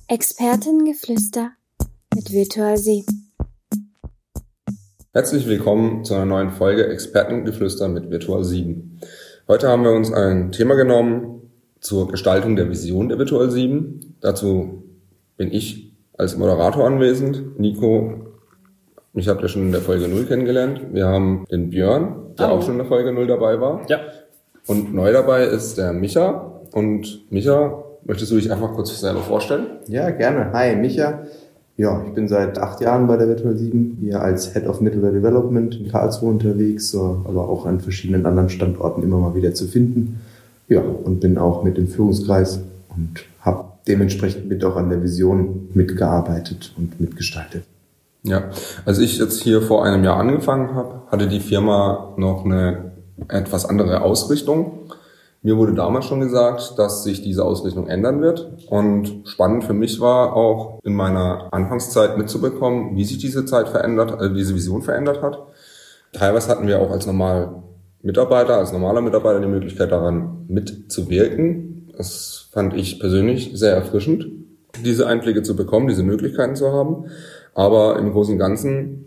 Expertengeflüster mit Virtual 7. Herzlich willkommen zu einer neuen Folge Expertengeflüster mit Virtual 7. Heute haben wir uns ein Thema genommen zur Gestaltung der Vision der Virtual 7. Dazu bin ich als Moderator anwesend. Nico, mich habt ihr schon in der Folge 0 kennengelernt. Wir haben den Björn, der auch schon in der Folge 0 dabei war. Ja. Und neu dabei ist der Micha. Und Micha, möchtest du dich einfach kurz selber vorstellen? Ja, gerne. Hi, Micha. Ja, ich bin seit 8 Jahren bei der Virtual 7 hier als Head of Middleware Development in Karlsruhe unterwegs, aber auch an verschiedenen anderen Standorten immer mal wieder zu finden. Ja, und bin auch mit im Führungskreis und habe dementsprechend mit auch an der Vision mitgearbeitet und mitgestaltet. Ja, als ich jetzt hier vor einem Jahr angefangen habe, hatte die Firma noch eine etwas andere Ausrichtung. Mir wurde damals schon gesagt, dass sich diese Ausrichtung ändern wird. Und spannend für mich war auch in meiner Anfangszeit mitzubekommen, wie sich diese diese Vision verändert hat. Teilweise hatten wir auch als normaler Mitarbeiter die Möglichkeit daran mitzuwirken. Das fand ich persönlich sehr erfrischend, diese Einblicke zu bekommen, diese Möglichkeiten zu haben. Aber im Großen und Ganzen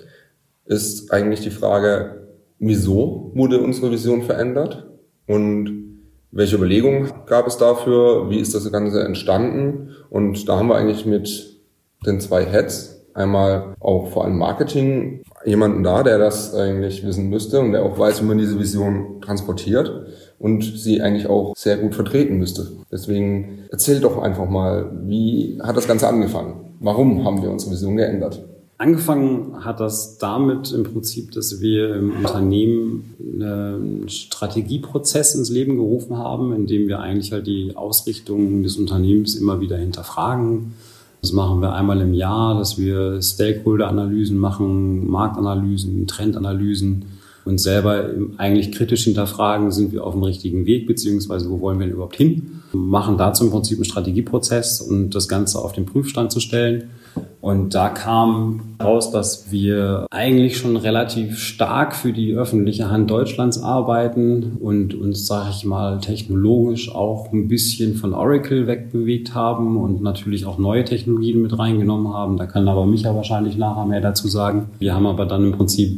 ist eigentlich die Frage, wieso wurde unsere Vision verändert und welche Überlegungen gab es dafür, wie ist das Ganze entstanden? Und da haben wir eigentlich mit den 2 Heads, einmal auch vor allem Marketing, jemanden da, der das eigentlich wissen müsste und der auch weiß, wie man diese Vision transportiert und sie eigentlich auch sehr gut vertreten müsste. Deswegen erzähl doch einfach mal, wie hat das Ganze angefangen? Warum haben wir unsere Vision geändert? Angefangen hat das damit im Prinzip, dass wir im Unternehmen einen Strategieprozess ins Leben gerufen haben, in dem wir eigentlich halt die Ausrichtung des Unternehmens immer wieder hinterfragen. Das machen wir einmal im Jahr, dass wir Stakeholder-Analysen machen, Marktanalysen, Trendanalysen und selber eigentlich kritisch hinterfragen, sind wir auf dem richtigen Weg, beziehungsweise wo wollen wir denn überhaupt hin? Machen dazu im Prinzip einen Strategieprozess und das Ganze auf den Prüfstand zu stellen. Und da kam raus, dass wir eigentlich schon relativ stark für die öffentliche Hand Deutschlands arbeiten und uns, sage ich mal, technologisch auch ein bisschen von Oracle wegbewegt haben und natürlich auch neue Technologien mit reingenommen haben. Da kann aber Micha wahrscheinlich nachher mehr dazu sagen. Wir haben aber dann im Prinzip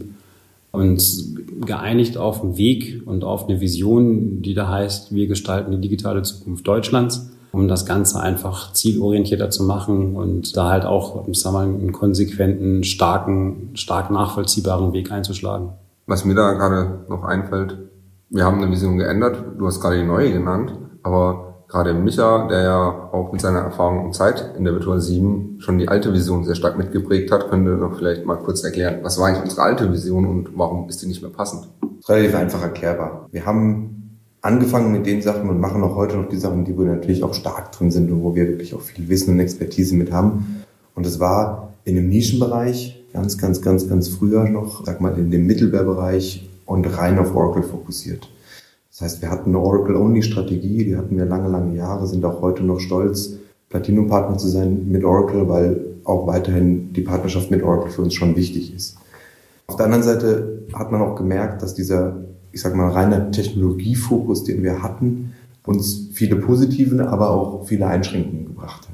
uns geeinigt auf einen Weg und auf eine Vision, die da heißt, wir gestalten die digitale Zukunft Deutschlands, um das Ganze einfach zielorientierter zu machen und da halt auch, ich sag mal, einen konsequenten, stark nachvollziehbaren Weg einzuschlagen. Was mir da gerade noch einfällt, wir haben eine Vision geändert, du hast gerade die neue genannt, aber gerade Micha, der ja auch mit seiner Erfahrung und Zeit in der Virtual 7 schon die alte Vision sehr stark mitgeprägt hat, könnte doch vielleicht mal kurz erklären, was war eigentlich unsere alte Vision und warum ist die nicht mehr passend? Relativ einfach erklärbar. Wir haben angefangen mit den Sachen und machen auch heute noch die Sachen, die wir natürlich auch stark drin sind und wo wir wirklich auch viel Wissen und Expertise mit haben. Und es war in einem Nischenbereich, ganz früher noch, sag mal in dem Middleware-Bereich und rein auf Oracle fokussiert. Das heißt, wir hatten eine Oracle-Only-Strategie, die hatten wir lange Jahre, sind auch heute noch stolz, Platinum-Partner zu sein mit Oracle, weil auch weiterhin die Partnerschaft mit Oracle für uns schon wichtig ist. Auf der anderen Seite hat man auch gemerkt, dass dieser, ich sag mal, reiner Technologiefokus, den wir hatten, uns viele positive, aber auch viele Einschränkungen gebracht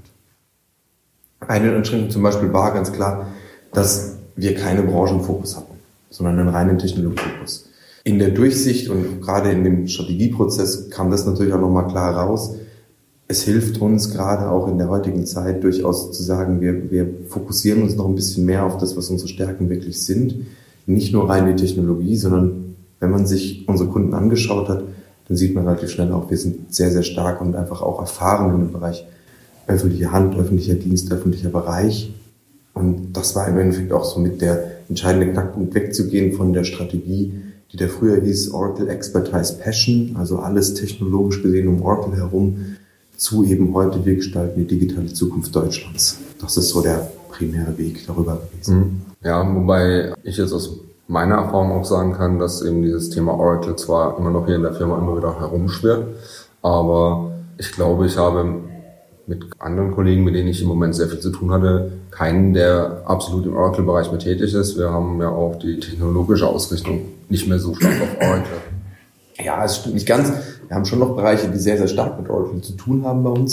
hat. Eine Einschränkung zum Beispiel war ganz klar, dass wir keine Branchenfokus hatten, sondern einen reinen Technologiefokus. In der Durchsicht und gerade in dem Strategieprozess kam das natürlich auch nochmal klar raus. Es hilft uns gerade auch in der heutigen Zeit durchaus zu sagen, wir fokussieren uns noch ein bisschen mehr auf das, was unsere Stärken wirklich sind. Nicht nur rein die Technologie, sondern wenn man sich unsere Kunden angeschaut hat, dann sieht man relativ schnell auch, wir sind sehr stark und einfach auch erfahren im Bereich öffentliche Hand, öffentlicher Dienst, öffentlicher Bereich. Und das war im Endeffekt auch so mit der entscheidende Knackpunkt, wegzugehen von der Strategie, die da früher hieß Oracle Expertise Passion, also alles technologisch gesehen um Oracle herum, zu eben heute wir gestalten die digitale Zukunft Deutschlands. Das ist so der primäre Weg darüber gewesen. Ja, wobei ich jetzt aus meiner Erfahrung auch sagen kann, dass eben dieses Thema Oracle zwar immer noch hier in der Firma immer wieder herumschwirrt, aber ich glaube, ich habe mit anderen Kollegen, mit denen ich im Moment sehr viel zu tun hatte, keinen, der absolut im Oracle-Bereich mit tätig ist. Wir haben ja auch die technologische Ausrichtung nicht mehr so stark auf Oracle. Ja, es stimmt nicht ganz. Wir haben schon noch Bereiche, die sehr stark mit Oracle zu tun haben bei uns.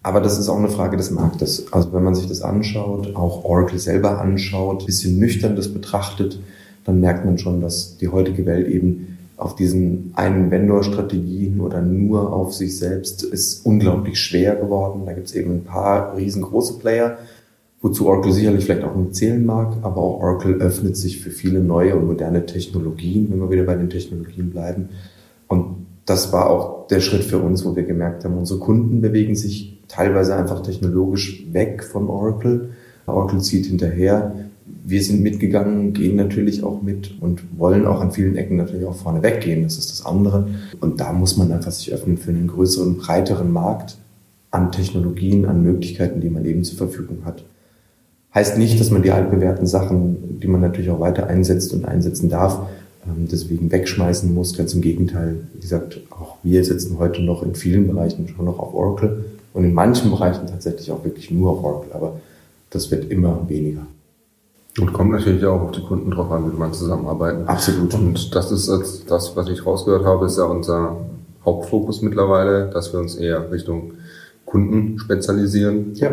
Aber das ist auch eine Frage des Marktes. Also wenn man sich das anschaut, auch Oracle selber anschaut, ein bisschen nüchtern das betrachtet, dann merkt man schon, dass die heutige Welt eben auf diesen einen Vendor-Strategien oder nur auf sich selbst ist unglaublich schwer geworden. Da gibt es eben ein paar riesengroße Player, wozu Oracle sicherlich vielleicht auch nicht zählen mag, aber auch Oracle öffnet sich für viele neue und moderne Technologien, wenn wir wieder bei den Technologien bleiben. Und das war auch der Schritt für uns, wo wir gemerkt haben, unsere Kunden bewegen sich teilweise einfach technologisch weg von Oracle. Oracle zieht hinterher. Wir sind mitgegangen, gehen natürlich auch mit und wollen auch an vielen Ecken natürlich auch vorne weggehen. Das ist das andere. Und da muss man einfach sich öffnen für einen größeren, breiteren Markt an Technologien, an Möglichkeiten, die man eben zur Verfügung hat. Heißt nicht, dass man die altbewährten Sachen, die man natürlich auch weiter einsetzt und einsetzen darf, deswegen wegschmeißen muss. Ganz im Gegenteil. Wie gesagt, auch wir setzen heute noch in vielen Bereichen schon noch auf Oracle und in manchen Bereichen tatsächlich auch wirklich nur auf Oracle. Aber das wird immer weniger. Und kommt natürlich auch auf die Kunden drauf an, wie man zusammenarbeiten. Absolut. Und das ist jetzt das, was ich rausgehört habe, ist ja unser Hauptfokus mittlerweile, dass wir uns eher Richtung Kunden spezialisieren. Ja.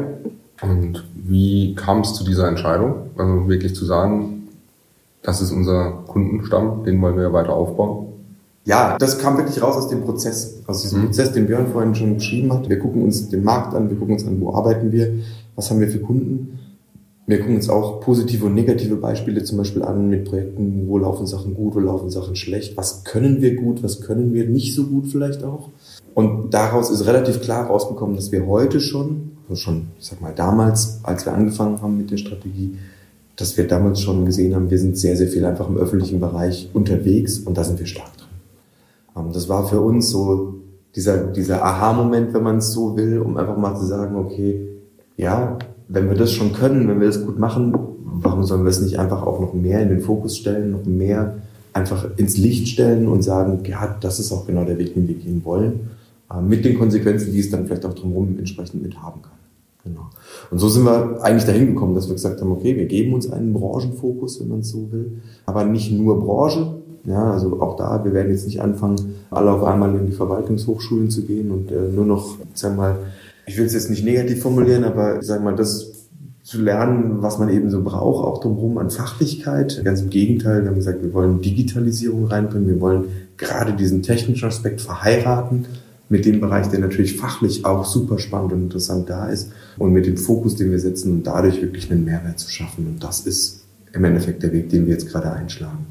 Und wie kam es zu dieser Entscheidung? Also wirklich zu sagen, das ist unser Kundenstamm, den wollen wir weiter aufbauen? Ja, das kam wirklich raus aus dem Prozess. Aus diesem Prozess, den Björn vorhin schon beschrieben hat. Wir gucken uns den Markt an, wir gucken uns an, wo arbeiten wir, was haben wir für Kunden. Wir gucken uns auch positive und negative Beispiele zum Beispiel an mit Projekten, wo laufen Sachen gut, wo laufen Sachen schlecht, was können wir gut, was können wir nicht so gut vielleicht auch. Und daraus ist relativ klar rausgekommen, dass wir heute schon, ich sag mal damals, als wir angefangen haben mit der Strategie, dass wir damals schon gesehen haben, wir sind sehr, sehr viel einfach im öffentlichen Bereich unterwegs und da sind wir stark drin. Das war für uns so dieser Aha-Moment, wenn man es so will, um einfach mal zu sagen, okay, ja, wenn wir das schon können, wenn wir das gut machen, warum sollen wir es nicht einfach auch noch mehr in den Fokus stellen, noch mehr einfach ins Licht stellen und sagen, ja, das ist auch genau der Weg, den wir gehen wollen, mit den Konsequenzen, die es dann vielleicht auch drumherum entsprechend mit haben kann. Genau. Und so sind wir eigentlich dahin gekommen, dass wir gesagt haben, okay, wir geben uns einen Branchenfokus, wenn man es so will, aber nicht nur Branche. Ja, also auch da, wir werden jetzt nicht anfangen, alle auf einmal in die Verwaltungshochschulen zu gehen und nur noch, sagen wir mal, ich will es jetzt nicht negativ formulieren, aber ich sage mal, das zu lernen, was man eben so braucht, auch drumherum an Fachlichkeit. Ganz im Gegenteil, wir haben gesagt, wir wollen Digitalisierung reinbringen, wir wollen gerade diesen technischen Aspekt verheiraten mit dem Bereich, der natürlich fachlich auch super spannend und interessant da ist und mit dem Fokus, den wir setzen und dadurch wirklich einen Mehrwert zu schaffen. Und das ist im Endeffekt der Weg, den wir jetzt gerade einschlagen.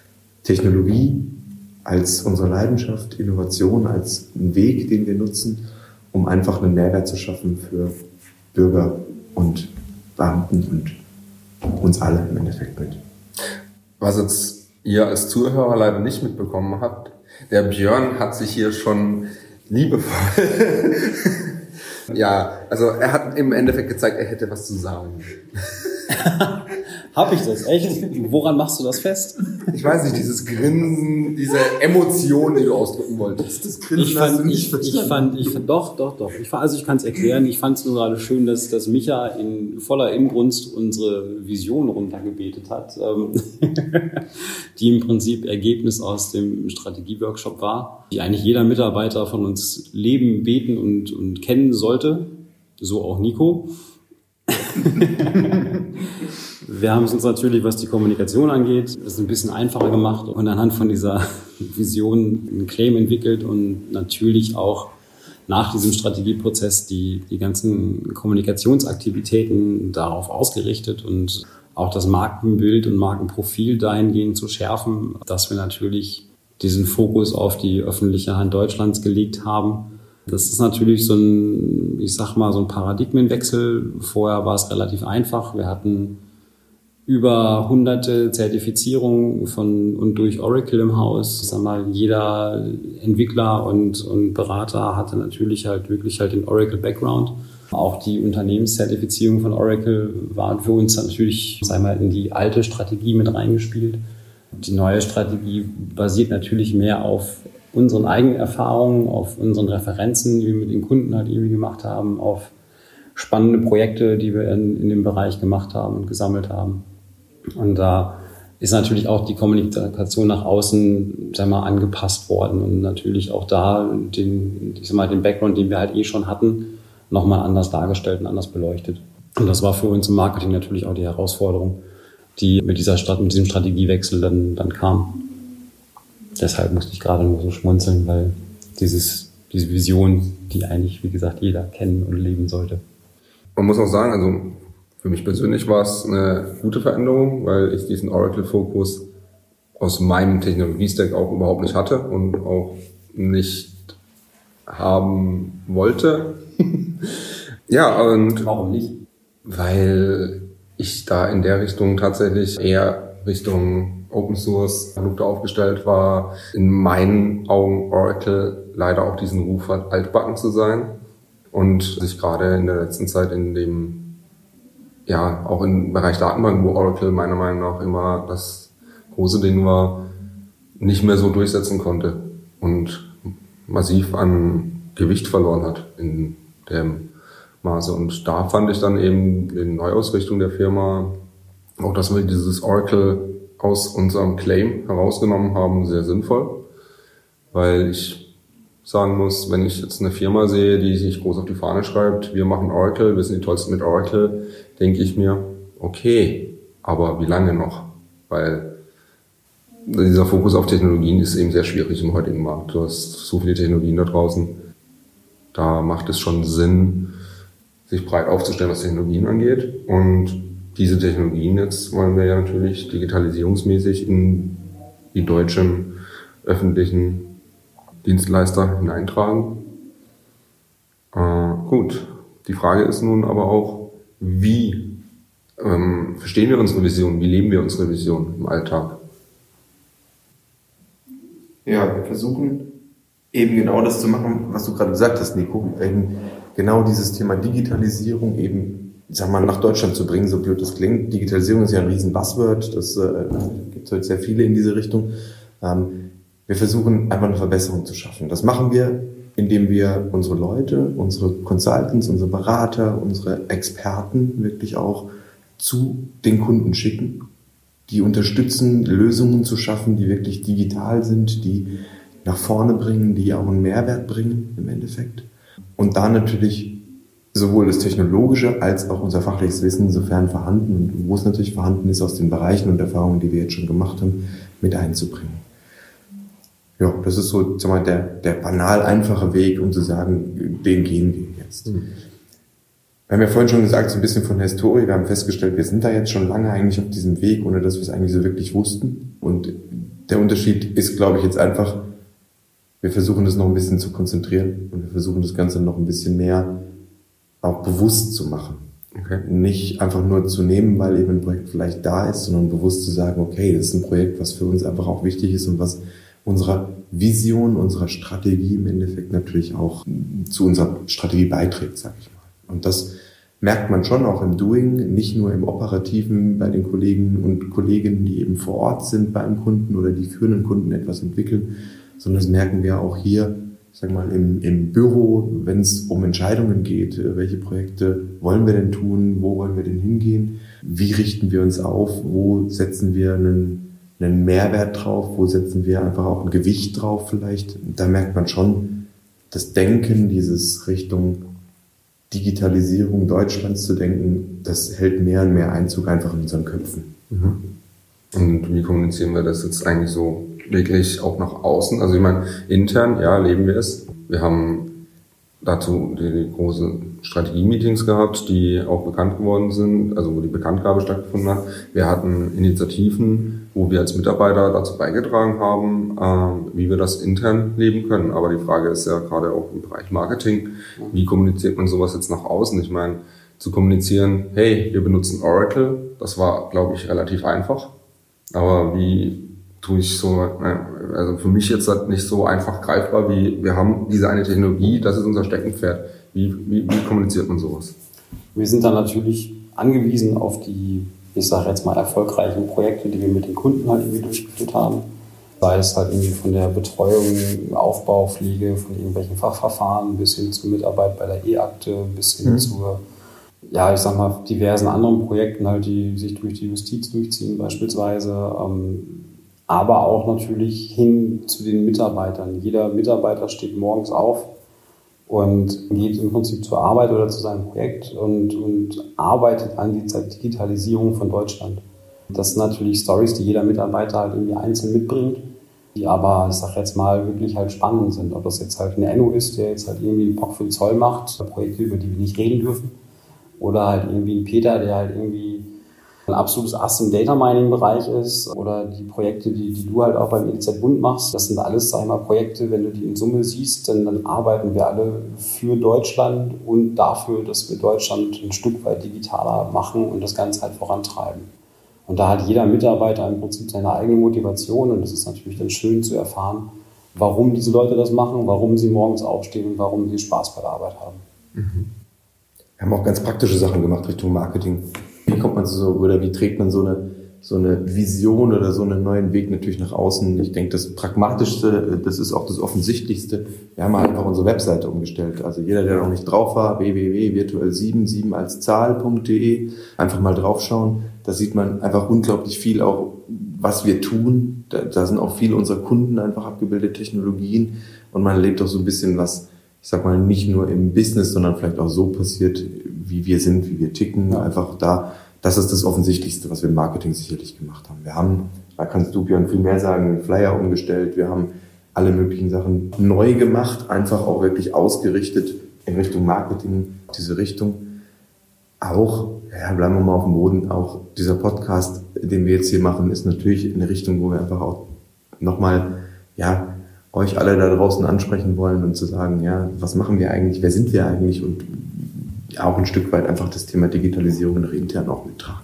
Technologie als unsere Leidenschaft, Innovation als einen Weg, den wir nutzen, um einfach einen Mehrwert zu schaffen für Bürger und Beamten und uns alle im Endeffekt mit. Was jetzt ihr als Zuhörer leider nicht mitbekommen habt, der Björn hat sich hier schon liebevoll ja, also er hat im Endeffekt gezeigt, er hätte was zu sagen. Hab ich das? Echt? Woran machst du das fest? Ich weiß nicht, dieses Grinsen, diese Emotion, die du ausdrücken wolltest. Das Grinsen hast du nicht verstanden. Ich kann es erklären. Ich fand es nur gerade schön, dass Micha in voller Inbrunst unsere Vision runtergebetet hat, die im Prinzip Ergebnis aus dem Strategieworkshop war, die eigentlich jeder Mitarbeiter von uns leben, beten und kennen sollte. So auch Nico. Wir haben es uns natürlich, was die Kommunikation angeht, das ein bisschen einfacher gemacht und anhand von dieser Vision einen Claim entwickelt und natürlich auch nach diesem Strategieprozess die ganzen Kommunikationsaktivitäten darauf ausgerichtet und auch das Markenbild und Markenprofil dahingehend zu schärfen, dass wir natürlich diesen Fokus auf die öffentliche Hand Deutschlands gelegt haben. Das ist natürlich so ein Paradigmenwechsel. Vorher war es relativ einfach. Wir hatten über hunderte Zertifizierungen von und durch Oracle im Haus. Ich sag mal, jeder Entwickler und Berater hatte natürlich wirklich den Oracle-Background. Auch die Unternehmenszertifizierung von Oracle war für uns natürlich, in die alte Strategie mit reingespielt. Die neue Strategie basiert natürlich mehr auf unseren eigenen Erfahrungen, auf unseren Referenzen, die wir mit den Kunden irgendwie gemacht haben, auf spannende Projekte, die wir in dem Bereich gemacht haben und gesammelt haben. Und da ist natürlich auch die Kommunikation nach außen, angepasst worden und natürlich auch da den Background, den wir halt schon hatten, nochmal anders dargestellt und anders beleuchtet. Und das war für uns im Marketing natürlich auch die Herausforderung, die mit diesem Strategiewechsel dann kam. Deshalb musste ich gerade nur so schmunzeln, weil diese Vision, die eigentlich, wie gesagt, jeder kennen und leben sollte. Man muss auch sagen, also für mich persönlich war es eine gute Veränderung, weil ich diesen Oracle-Fokus aus meinem Technologie-Stack auch überhaupt nicht hatte und auch nicht haben wollte. Ja, und warum nicht? Weil ich da in der Richtung tatsächlich eher Richtung Open Source Produkte aufgestellt war. In meinen Augen Oracle leider auch diesen Ruf hat, altbacken zu sein und sich gerade in der letzten Zeit in dem, ja, auch im Bereich Datenbank, wo Oracle meiner Meinung nach immer das große Ding war, nicht mehr so durchsetzen konnte und massiv an Gewicht verloren hat in dem Maße. Und da fand ich dann eben die Neuausrichtung der Firma, auch dass wir dieses Oracle aus unserem Claim herausgenommen haben, sehr sinnvoll. Weil ich sagen muss, wenn ich jetzt eine Firma sehe, die sich groß auf die Fahne schreibt, wir machen Oracle, wir sind die Tollsten mit Oracle, denke ich mir, okay, aber wie lange noch? Weil dieser Fokus auf Technologien ist eben sehr schwierig im heutigen Markt. Du hast so viele Technologien da draußen. Da macht es schon Sinn, sich breit aufzustellen, was Technologien angeht. Und diese Technologien jetzt wollen wir ja natürlich digitalisierungsmäßig in die deutschen öffentlichen Dienstleister hineintragen. Gut, die Frage ist nun aber auch, wie verstehen wir unsere Vision, wie leben wir unsere Vision im Alltag? Ja, wir versuchen eben genau das zu machen, was du gerade gesagt hast, Nico. Eben genau dieses Thema Digitalisierung eben, sag mal, nach Deutschland zu bringen, so blöd das klingt. Digitalisierung ist ja ein riesen Buzzword, das gibt heute sehr viele in diese Richtung. Wir versuchen einfach eine Verbesserung zu schaffen. Das machen wir, indem wir unsere Leute, unsere Consultants, unsere Berater, unsere Experten wirklich auch zu den Kunden schicken, die unterstützen, Lösungen zu schaffen, die wirklich digital sind, die nach vorne bringen, die auch einen Mehrwert bringen im Endeffekt. Und da natürlich sowohl das Technologische als auch unser fachliches Wissen, sofern vorhanden und wo es natürlich vorhanden ist, aus den Bereichen und Erfahrungen, die wir jetzt schon gemacht haben, mit einzubringen. Ja, das ist so, sag mal, der banal einfache Weg, um zu sagen, den gehen wir jetzt. Wir haben ja vorhin schon gesagt, so ein bisschen von der Historie, wir haben festgestellt, wir sind da jetzt schon lange eigentlich auf diesem Weg, ohne dass wir es eigentlich so wirklich wussten. Und der Unterschied ist, glaube ich, jetzt einfach, wir versuchen das noch ein bisschen zu konzentrieren und wir versuchen das Ganze noch ein bisschen mehr auch bewusst zu machen. Okay. Nicht einfach nur zu nehmen, weil eben ein Projekt vielleicht da ist, sondern bewusst zu sagen, okay, das ist ein Projekt, was für uns einfach auch wichtig ist und was unserer Vision, unserer Strategie im Endeffekt natürlich auch zu unserer Strategie beiträgt, sage ich mal. Und das merkt man schon auch im Doing, nicht nur im Operativen bei den Kollegen und Kolleginnen, die eben vor Ort sind beim Kunden oder die für einen Kunden etwas entwickeln, sondern das merken wir auch hier, ich sag mal, im Büro, wenn es um Entscheidungen geht, welche Projekte wollen wir denn tun, wo wollen wir denn hingehen, wie richten wir uns auf, wo setzen wir einen Mehrwert drauf, wo setzen wir einfach auch ein Gewicht drauf vielleicht. Da merkt man schon, das Denken, dieses Richtung Digitalisierung Deutschlands zu denken, das hält mehr und mehr Einzug einfach in unseren Köpfen. Und wie kommunizieren wir das jetzt eigentlich so wirklich auch nach außen? Also ich meine, intern, ja, leben wir es. Wir haben dazu die große Strategie-Meetings gehabt, die auch bekannt geworden sind, also wo die Bekanntgabe stattgefunden hat. Wir hatten Initiativen, wo wir als Mitarbeiter dazu beigetragen haben, wie wir das intern leben können. Aber die Frage ist ja gerade auch im Bereich Marketing, wie kommuniziert man sowas jetzt nach außen? Ich meine, zu kommunizieren, hey, wir benutzen Oracle, das war, glaube ich, relativ einfach. Aber wie tue ich so, also für mich jetzt halt nicht so einfach greifbar, wie wir haben diese eine Technologie, das ist unser Steckenpferd. Wie kommuniziert man sowas? Wir sind dann natürlich angewiesen auf die, ich sage jetzt mal, erfolgreichen Projekte, die wir mit den Kunden halt irgendwie durchgeführt haben. Sei es halt irgendwie von der Betreuung, Aufbau, Pflege, von irgendwelchen Fachverfahren bis hin zur Mitarbeit bei der E-Akte, bis hin zur, ja, ich sag mal, diversen anderen Projekten halt, die sich durch die Justiz durchziehen beispielsweise. Aber auch natürlich hin zu den Mitarbeitern. Jeder Mitarbeiter steht morgens auf, und geht im Prinzip zur Arbeit oder zu seinem Projekt und arbeitet an die Digitalisierung von Deutschland. Das sind natürlich Stories, die jeder Mitarbeiter halt irgendwie einzeln mitbringt, die aber, ich sag jetzt mal, wirklich halt spannend sind. Ob das jetzt halt ein Enno ist, der jetzt halt irgendwie einen Bock für den Zoll macht, Projekte, über die wir nicht reden dürfen, oder halt irgendwie ein Peter, der halt irgendwie ein absolutes Ass im Data-Mining-Bereich ist, oder die Projekte, die du halt auch beim EDZ Bund machst. Das sind alles, sag ich mal, Projekte, wenn du die in Summe siehst, dann arbeiten wir alle für Deutschland und dafür, dass wir Deutschland ein Stück weit digitaler machen und das Ganze halt vorantreiben. Und da hat jeder Mitarbeiter im Prinzip seine eigene Motivation und es ist natürlich dann schön zu erfahren, warum diese Leute das machen, warum sie morgens aufstehen und warum sie Spaß bei der Arbeit haben. Wir haben auch ganz praktische Sachen gemacht Richtung Marketing. Wie kommt man oder wie trägt man so eine Vision oder so einen neuen Weg natürlich nach außen? Ich denke, das Pragmatischste, das ist auch das Offensichtlichste. Wir haben einfach unsere Webseite umgestellt. Also jeder, der noch nicht drauf war, www.virtuell77 als Zahl.de, einfach mal draufschauen. Da sieht man einfach unglaublich viel auch, was wir tun. Da sind auch viele unserer Kunden einfach abgebildet, Technologien. Und man erlebt auch so ein bisschen was, ich sag mal, nicht nur im Business, sondern vielleicht auch so passiert, wie wir sind, wie wir ticken. Ja. Einfach das ist das Offensichtlichste, was wir im Marketing sicherlich gemacht haben. Wir haben, da kannst du, Björn, viel mehr sagen, den Flyer umgestellt. Wir haben alle möglichen Sachen neu gemacht, einfach auch wirklich ausgerichtet in Richtung Marketing, diese Richtung. Auch, ja, bleiben wir mal auf dem Boden, auch dieser Podcast, den wir jetzt hier machen, ist natürlich eine Richtung, wo wir einfach auch nochmal, ja, euch alle da draußen ansprechen wollen und zu sagen, ja, was machen wir eigentlich, wer sind wir eigentlich und ja, auch ein Stück weit einfach das Thema Digitalisierung nach intern auch mittragen.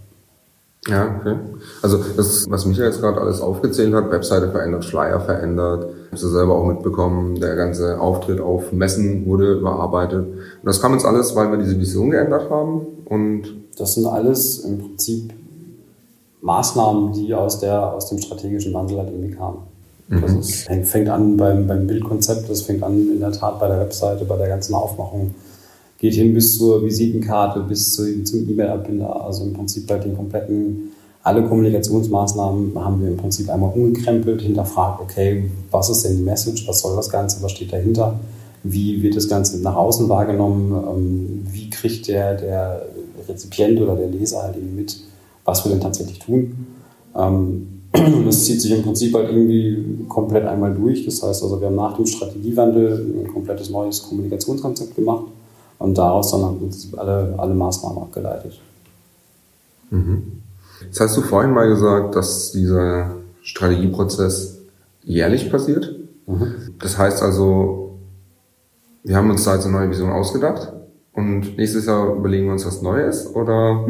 Ja, okay. Also das, was Michael jetzt gerade alles aufgezählt hat, Webseite verändert, Flyer verändert, hast du selber auch mitbekommen, der ganze Auftritt auf Messen wurde überarbeitet. Und das kam jetzt alles, weil wir diese Vision geändert haben. Und das sind alles im Prinzip Maßnahmen, die aus dem strategischen Wandel halt irgendwie kamen. Das fängt an beim Bildkonzept, das fängt an in der Tat bei der Webseite, bei der ganzen Aufmachung, geht hin bis zur Visitenkarte, bis zum E-Mail-Abbinder. Also im Prinzip bei den alle Kommunikationsmaßnahmen haben wir im Prinzip einmal umgekrempelt, hinterfragt, okay, was ist denn die Message, was soll das Ganze, was steht dahinter, wie wird das Ganze nach außen wahrgenommen, wie kriegt der Rezipient oder der Leser halt eben mit, was wir denn tatsächlich tun. Das zieht sich im Prinzip halt irgendwie komplett einmal durch. Das heißt also, wir haben nach dem Strategiewandel ein komplettes neues Kommunikationskonzept gemacht und daraus dann im Prinzip alle Maßnahmen abgeleitet. Jetzt hast du vorhin mal gesagt, dass dieser Strategieprozess jährlich passiert. Das heißt also, wir haben uns da jetzt eine neue Vision ausgedacht und nächstes Jahr überlegen wir uns was Neues, oder?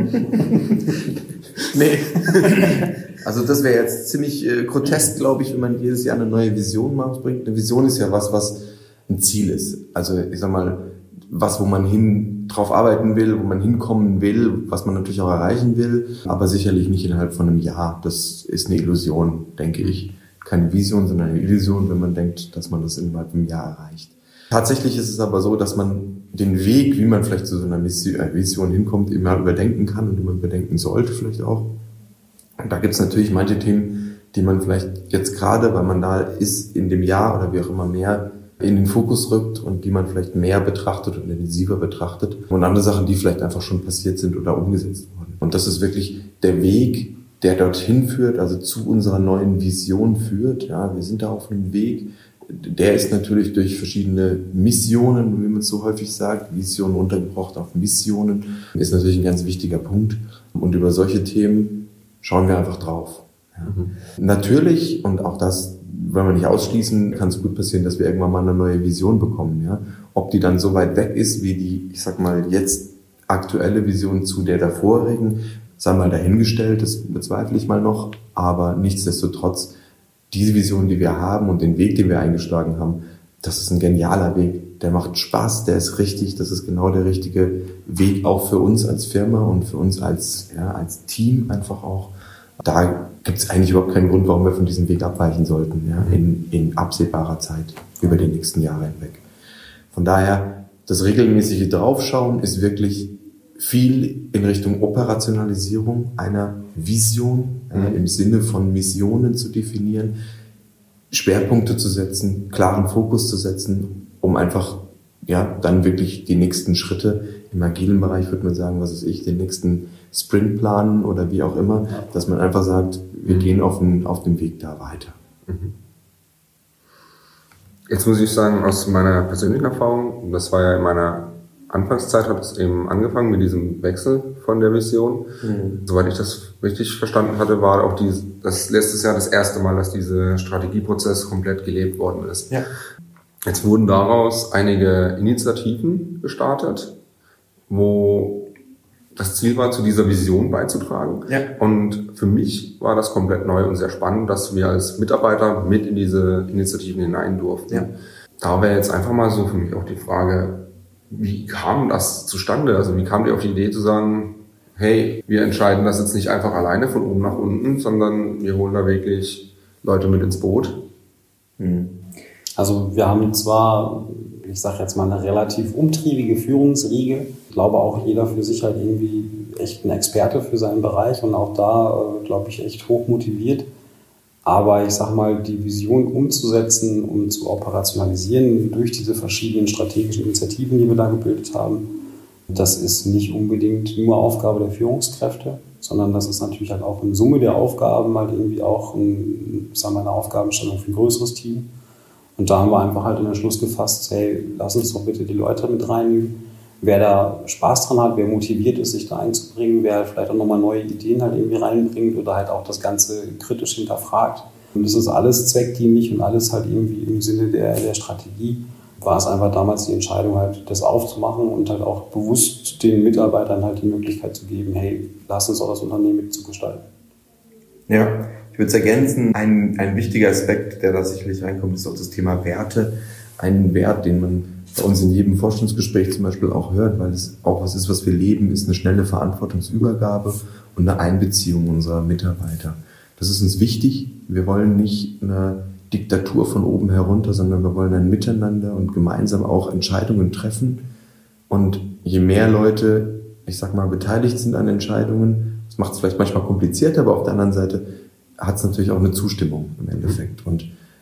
Nee. Also das wäre jetzt ziemlich grotesk, glaube ich, wenn man jedes Jahr eine neue Vision bringt. Eine Vision ist ja was ein Ziel ist. Also ich sag mal, wo man drauf arbeiten will, wo man hinkommen will, was man natürlich auch erreichen will, aber sicherlich nicht innerhalb von einem Jahr. Das ist eine Illusion, denke ich. Keine Vision, sondern eine Illusion, wenn man denkt, dass man das innerhalb von einem Jahr erreicht. Tatsächlich ist es aber so, dass man den Weg, wie man vielleicht zu so einer Vision hinkommt, immer überdenken kann und immer überdenken sollte vielleicht auch. Und da gibt es natürlich manche Themen, die man vielleicht jetzt gerade, weil man da ist, in dem Jahr oder wie auch immer mehr in den Fokus rückt und die man vielleicht mehr betrachtet und intensiver betrachtet. Und andere Sachen, die vielleicht einfach schon passiert sind oder umgesetzt wurden. Und das ist wirklich der Weg, der dorthin führt, also zu unserer neuen Vision führt. Ja, wir sind da auf einem Weg. Der ist natürlich durch verschiedene Missionen, wie man es so häufig sagt, Visionen untergebrochen auf Missionen, ist natürlich ein ganz wichtiger Punkt. Und über solche Themen schauen wir einfach drauf. Ja. Natürlich, und auch das wollen wir nicht ausschließen, kann es gut passieren, dass wir irgendwann mal eine neue Vision bekommen. Ja. Ob die dann so weit weg ist, wie die, ich sag mal, jetzt aktuelle Vision zu der davorigen, sei mal dahingestellt, das bezweifle ich mal noch, aber nichtsdestotrotz, diese Vision, die wir haben und den Weg, den wir eingeschlagen haben, das ist ein genialer Weg. Der macht Spaß, der ist richtig, das ist genau der richtige Weg auch für uns als Firma und für uns als Team einfach auch. Da gibt es eigentlich überhaupt keinen Grund, warum wir von diesem Weg abweichen sollten, ja, in absehbarer Zeit, über die nächsten Jahre hinweg. Von daher, das regelmäßige Draufschauen ist wirklich viel in Richtung Operationalisierung einer Vision, im Sinne von Missionen zu definieren, Schwerpunkte zu setzen, klaren Fokus zu setzen, um einfach dann wirklich die nächsten Schritte im agilen Bereich, würde man sagen, den nächsten Sprint planen oder wie auch immer, dass man einfach sagt, wir gehen auf dem Weg da weiter. Jetzt muss ich sagen, aus meiner persönlichen Erfahrung, das war ja in meiner Anfangszeit, hat es eben angefangen mit diesem Wechsel von der Vision. Soweit ich das richtig verstanden hatte, war auch das letztes Jahr das erste Mal, dass dieser Strategieprozess komplett gelebt worden ist. Ja. Jetzt wurden daraus einige Initiativen gestartet, wo das Ziel war, zu dieser Vision beizutragen. Ja. Und für mich war das komplett neu und sehr spannend, dass wir als Mitarbeiter mit in diese Initiativen hinein durften. Ja. Da wäre jetzt einfach mal so für mich auch die Frage, wie kam das zustande? Also wie kam ihr auf die Idee zu sagen, hey, wir entscheiden das jetzt nicht einfach alleine von oben nach unten, sondern wir holen da wirklich Leute mit ins Boot? Also wir haben zwar, ich sage jetzt mal, eine relativ umtriebige Führungsriege. Ich glaube auch jeder für sich halt irgendwie echt ein Experte für seinen Bereich und auch da, glaube ich, echt hoch motiviert. Aber ich sag mal, die Vision umzusetzen und zu operationalisieren durch diese verschiedenen strategischen Initiativen, die wir da gebildet haben, das ist nicht unbedingt nur Aufgabe der Führungskräfte, sondern das ist natürlich halt auch in Summe der Aufgaben halt irgendwie auch eine Aufgabenstellung für ein größeres Team. Und da haben wir einfach halt den Entschluss gefasst, hey, lass uns doch bitte die Leute mit reinnehmen. Wer da Spaß dran hat, wer motiviert ist, sich da einzubringen, wer vielleicht auch nochmal neue Ideen halt irgendwie reinbringt oder halt auch das Ganze kritisch hinterfragt. Und das ist alles zweckdienlich und alles halt irgendwie im Sinne der Strategie. War es einfach damals die Entscheidung halt, das aufzumachen und halt auch bewusst den Mitarbeitern halt die Möglichkeit zu geben, hey, lass uns auch das Unternehmen mitzugestalten. Ja, ich würde es ergänzen, ein wichtiger Aspekt, der da sicherlich reinkommt, ist auch das Thema Werte. Ein Wert, den man bei uns in jedem Forschungsgespräch zum Beispiel auch hört, weil es auch was ist, was wir leben, ist eine schnelle Verantwortungsübergabe und eine Einbeziehung unserer Mitarbeiter. Das ist uns wichtig. Wir wollen nicht eine Diktatur von oben herunter, sondern wir wollen ein Miteinander und gemeinsam auch Entscheidungen treffen. Und je mehr Leute, ich sag mal, beteiligt sind an Entscheidungen, das macht es vielleicht manchmal komplizierter, aber auf der anderen Seite hat es natürlich auch eine Zustimmung im Endeffekt. Und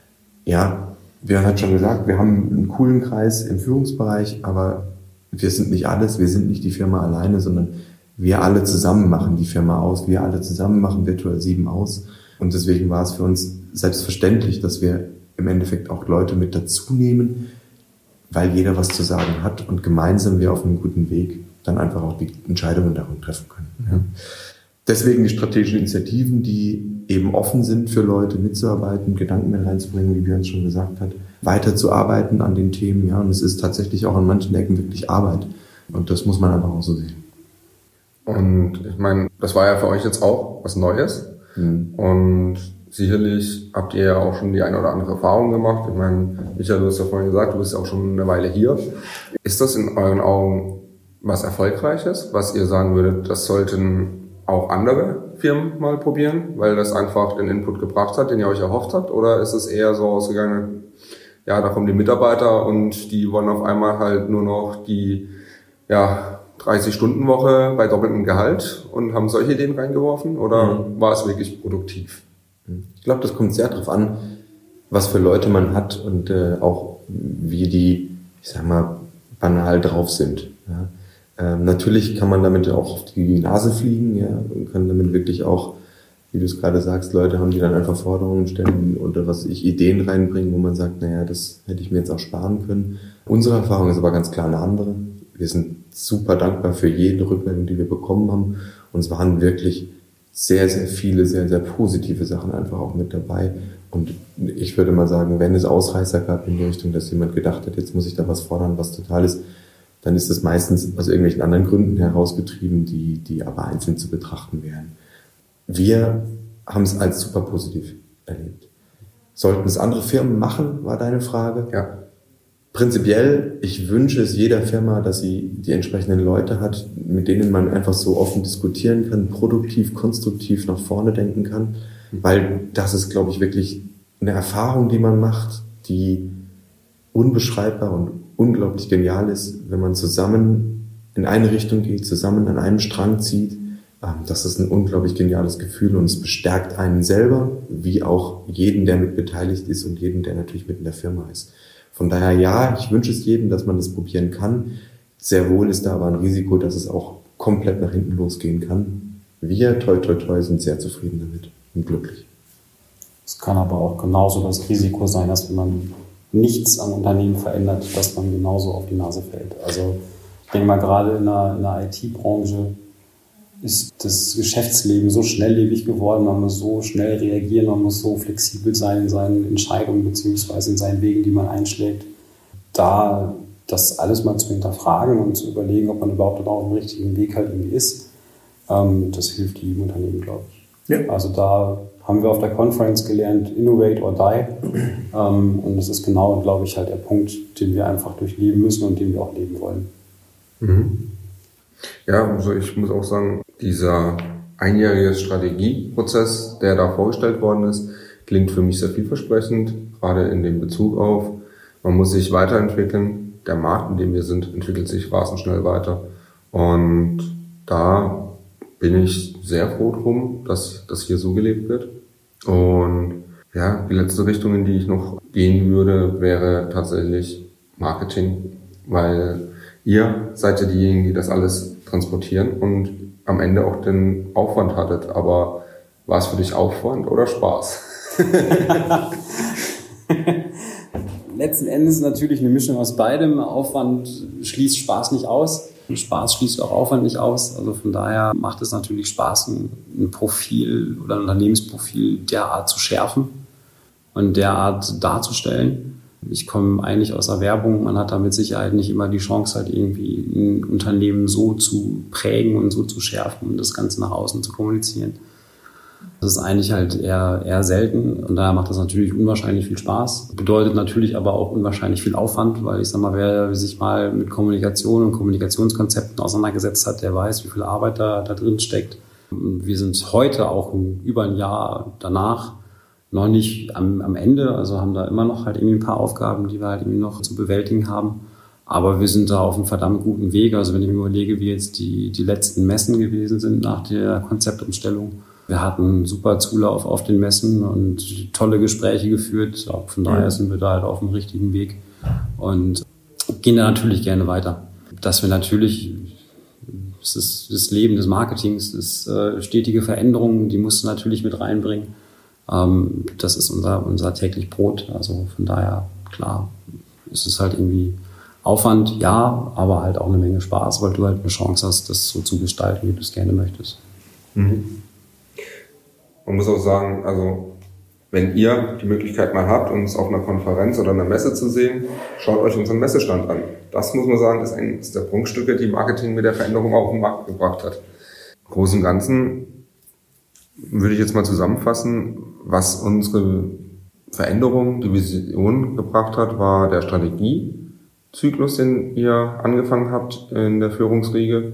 ja, wir haben halt schon gesagt, wir haben einen coolen Kreis im Führungsbereich, aber wir sind nicht alles, wir sind nicht die Firma alleine, sondern wir alle zusammen machen die Firma aus, wir alle zusammen machen Virtual 7 aus. Und deswegen war es für uns selbstverständlich, dass wir im Endeffekt auch Leute mit dazu nehmen, weil jeder was zu sagen hat und gemeinsam wir auf einem guten Weg dann einfach auch die Entscheidungen darum treffen können. Ja. Deswegen die strategischen Initiativen, die eben offen sind für Leute mitzuarbeiten, Gedanken mit reinzubringen, wie Björn schon gesagt hat, weiterzuarbeiten an den Themen. Ja, und es ist tatsächlich auch an manchen Ecken wirklich Arbeit. Und das muss man einfach auch so sehen. Und ich meine, das war ja für euch jetzt auch was Neues. Und sicherlich habt ihr ja auch schon die eine oder andere Erfahrung gemacht. Ich meine, Michael, du hast ja vorhin gesagt, du bist ja auch schon eine Weile hier. Ist das in euren Augen was Erfolgreiches, was ihr sagen würdet, das sollten auch andere Firmen mal probieren, weil das einfach den Input gebracht hat, den ihr euch erhofft habt? Oder ist es eher so ausgegangen, ja, da kommen die Mitarbeiter und die wollen auf einmal halt nur noch die 30-Stunden-Woche bei doppeltem Gehalt und haben solche Ideen reingeworfen? Oder war es wirklich produktiv? Ich glaube, das kommt sehr darauf an, was für Leute man hat und auch wie die, ich sag mal, banal drauf sind. Ja. Natürlich kann man damit auch auf die Nase fliegen, ja, und kann damit wirklich auch, wie du es gerade sagst, Leute haben, die dann einfach Forderungen stellen oder Ideen reinbringen, wo man sagt, naja, das hätte ich mir jetzt auch sparen können. Unsere Erfahrung ist aber ganz klar eine andere. Wir sind super dankbar für jede Rückmeldung, die wir bekommen haben. Und es waren wirklich sehr, sehr viele, sehr, sehr positive Sachen einfach auch mit dabei. Und ich würde mal sagen, wenn es Ausreißer gab in die Richtung, dass jemand gedacht hat, jetzt muss ich da was fordern, was total ist, dann ist das meistens aus irgendwelchen anderen Gründen herausgetrieben, die aber einzeln zu betrachten wären. Wir haben es als super positiv erlebt. Sollten es andere Firmen machen, war deine Frage? Ja. Prinzipiell, ich wünsche es jeder Firma, dass sie die entsprechenden Leute hat, mit denen man einfach so offen diskutieren kann, produktiv, konstruktiv nach vorne denken kann, weil das ist, glaube ich, wirklich eine Erfahrung, die man macht, die unbeschreibbar und unglaublich genial ist, wenn man zusammen in eine Richtung geht, zusammen an einem Strang zieht. Das ist ein unglaublich geniales Gefühl und es bestärkt einen selber, wie auch jeden, der mit beteiligt ist und jeden, der natürlich mit in der Firma ist. Von daher ja, ich wünsche es jedem, dass man das probieren kann. Sehr wohl ist da aber ein Risiko, dass es auch komplett nach hinten losgehen kann. Wir, toi toi toi, sind sehr zufrieden damit und glücklich. Es kann aber auch genauso das Risiko sein, dass wenn man nichts am Unternehmen verändert, dass man genauso auf die Nase fällt. Also ich denke mal, gerade in der IT-Branche ist das Geschäftsleben so schnelllebig geworden, man muss so schnell reagieren, man muss so flexibel sein in seinen Entscheidungen bzw. in seinen Wegen, die man einschlägt. Da das alles mal zu hinterfragen und zu überlegen, ob man überhaupt auf dem richtigen Weg halt irgendwie ist, das hilft jedem Unternehmen, glaube ich. Ja. Also da haben wir auf der Conference gelernt, innovate or die. Und das ist genau, glaube ich, halt der Punkt, den wir einfach durchleben müssen und den wir auch leben wollen. Mhm. Ja, also ich muss auch sagen, dieser einjährige Strategieprozess, der da vorgestellt worden ist, klingt für mich sehr vielversprechend, gerade in dem Bezug auf, man muss sich weiterentwickeln. Der Markt, in dem wir sind, entwickelt sich rasend schnell weiter. Und da bin ich sehr froh drum, dass das hier so gelebt wird. Und ja, die letzte Richtung, in die ich noch gehen würde, wäre tatsächlich Marketing, weil ihr seid ja diejenigen, die das alles transportieren und am Ende auch den Aufwand hattet. Aber war es für dich Aufwand oder Spaß? Letzten Endes natürlich eine Mischung aus beidem. Aufwand schließt Spaß nicht aus. Spaß schließt auch Aufwand nicht aus. Also von daher macht es natürlich Spaß, ein Profil oder ein Unternehmensprofil derart zu schärfen und derart darzustellen. Ich komme eigentlich aus der Werbung. Man hat da mit Sicherheit nicht immer die Chance, halt irgendwie ein Unternehmen so zu prägen und so zu schärfen und das Ganze nach außen zu kommunizieren. Das ist eigentlich halt eher selten und daher macht das natürlich unwahrscheinlich viel Spaß. Bedeutet natürlich aber auch unwahrscheinlich viel Aufwand, weil ich sag mal, wer sich mal mit Kommunikation und Kommunikationskonzepten auseinandergesetzt hat, der weiß, wie viel Arbeit da drin steckt. Wir sind heute auch über ein Jahr danach noch nicht am Ende, also haben da immer noch halt irgendwie ein paar Aufgaben, die wir halt irgendwie noch zu bewältigen haben. Aber wir sind da auf einem verdammt guten Weg. Also wenn ich mir überlege, wie jetzt die letzten Messen gewesen sind nach der Konzeptumstellung. Wir hatten super Zulauf auf den Messen und tolle Gespräche geführt. Auch von daher sind wir da halt auf dem richtigen Weg und gehen da natürlich gerne weiter. Dass wir natürlich, es ist das Leben des Marketings, das stetige Veränderungen, die musst du natürlich mit reinbringen. Das ist unser täglich Brot. Also von daher, klar, ist es halt irgendwie Aufwand, ja, aber halt auch eine Menge Spaß, weil du halt eine Chance hast, das so zu gestalten, wie du es gerne möchtest. Mhm. Man muss auch sagen, also wenn ihr die Möglichkeit mal habt, uns auf einer Konferenz oder einer Messe zu sehen, schaut euch unseren Messestand an. Das muss man sagen, ist eines der Prunkstücke, die Marketing mit der Veränderung auf den Markt gebracht hat. Im Großen und Ganzen würde ich jetzt mal zusammenfassen, was unsere Veränderung, die Vision gebracht hat, war der Strategiezyklus, den ihr angefangen habt in der Führungsriege.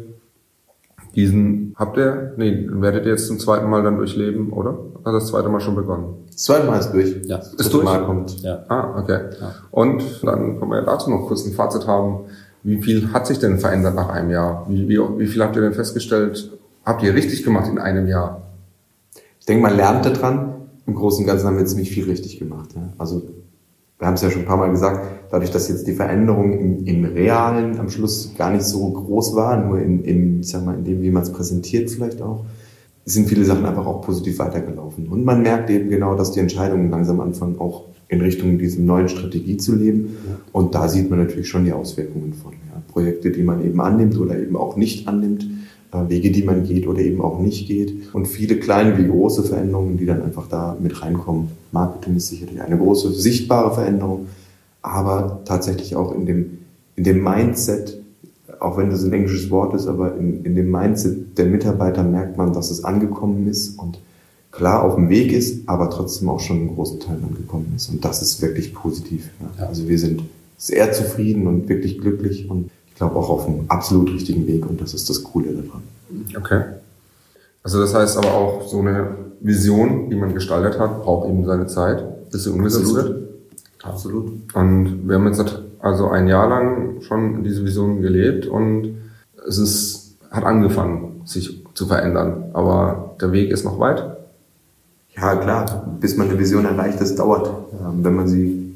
Diesen werdet ihr jetzt zum zweiten Mal dann durchleben, oder? Hat das zweite Mal schon begonnen? Das zweite Mal ist durch. Ja. Das dritte Mal kommt. Ja. Okay. Ja. Und dann können wir ja dazu noch kurz ein Fazit haben. Wie viel hat sich denn verändert nach einem Jahr? Wie viel habt ihr denn festgestellt, habt ihr richtig gemacht in einem Jahr? Ich denke, man lernt daran. Im Großen und Ganzen haben wir ziemlich viel richtig gemacht. Ja. Also wir haben es ja schon ein paar Mal gesagt, dadurch, dass jetzt die Veränderung im Realen am Schluss gar nicht so groß war, nur in dem, wie man es präsentiert vielleicht auch, sind viele Sachen einfach auch positiv weitergelaufen. Und man merkt eben genau, dass die Entscheidungen langsam anfangen, auch in Richtung dieser neuen Strategie zu leben. Und da sieht man natürlich schon die Auswirkungen von. Ja. Projekte, die man eben annimmt oder eben auch nicht annimmt, Wege, die man geht oder eben auch nicht geht. Und viele kleine wie große Veränderungen, die dann einfach da mit reinkommen. Marketing ist sicherlich eine große, sichtbare Veränderung, aber tatsächlich auch in dem Mindset, auch wenn das ein englisches Wort ist, aber in dem Mindset der Mitarbeiter merkt man, dass es angekommen ist und klar auf dem Weg ist, aber trotzdem auch schon in großen Teilen angekommen ist. Und das ist wirklich positiv. Ja. Also wir sind sehr zufrieden und wirklich glücklich und ich glaube auch auf einem absolut richtigen Weg und das ist das Coole daran. Okay. Also das heißt aber auch, so eine Vision, die man gestaltet hat, braucht eben seine Zeit, bis sie umgesetzt wird. Absolut. Und wir haben jetzt also ein Jahr lang schon diese Vision gelebt und hat angefangen, sich zu verändern. Aber der Weg ist noch weit. Ja, klar. Bis man eine Vision erreicht, das dauert. Wenn man sie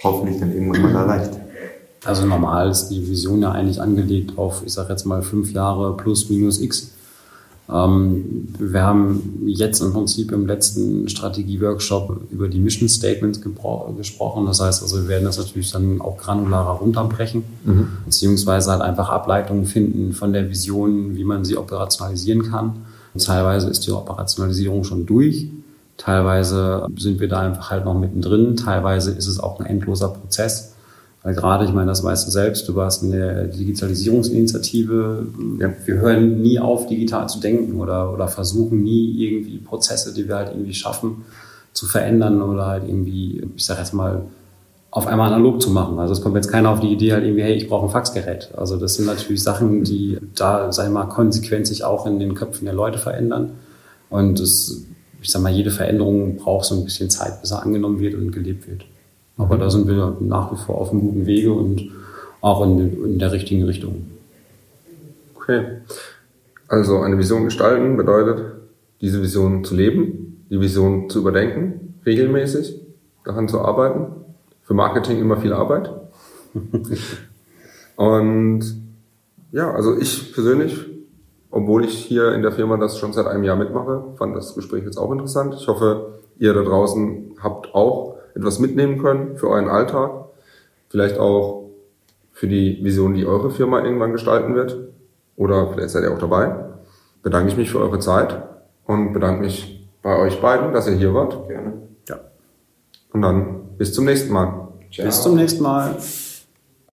hoffentlich dann irgendwann mal erreicht. Also normal ist die Vision ja eigentlich angelegt auf, ich sage jetzt mal 5 Jahre plus minus X. Wir haben jetzt im Prinzip im letzten Strategie-Workshop über die Mission Statements gesprochen. Das heißt also, wir werden das natürlich dann auch granularer runterbrechen, beziehungsweise halt einfach Ableitungen finden von der Vision, wie man sie operationalisieren kann. Und teilweise ist die Operationalisierung schon durch. Teilweise sind wir da einfach halt noch mittendrin. Teilweise ist es auch ein endloser Prozess. Weil gerade, ich meine, das weißt du selbst, du warst in der Digitalisierungsinitiative. Ja. Wir hören nie auf, digital zu denken oder versuchen nie irgendwie Prozesse, die wir halt irgendwie schaffen, zu verändern oder halt irgendwie, ich sag jetzt mal, auf einmal analog zu machen. Also es kommt jetzt keiner auf die Idee halt irgendwie, hey, ich brauche ein Faxgerät. Also das sind natürlich Sachen, die da, sag ich mal, konsequent sich auch in den Köpfen der Leute verändern. Und das, ich sag mal, jede Veränderung braucht so ein bisschen Zeit, bis er angenommen wird und gelebt wird. Aber da sind wir nach wie vor auf einem guten Wege und auch in der richtigen Richtung. Okay. Also eine Vision gestalten bedeutet, diese Vision zu leben, die Vision zu überdenken, regelmäßig daran zu arbeiten. Für Marketing immer viel Arbeit. Und ja, also ich persönlich, obwohl ich hier in der Firma das schon seit einem Jahr mitmache, fand das Gespräch jetzt auch interessant. Ich hoffe, ihr da draußen habt auch etwas mitnehmen können für euren Alltag, vielleicht auch für die Vision, die eure Firma irgendwann gestalten wird, oder vielleicht seid ihr auch dabei. Bedanke ich mich für eure Zeit und bedanke mich bei euch beiden, dass ihr hier wart. Gerne. Ja. Und dann bis zum nächsten Mal. Ciao. Bis zum nächsten Mal.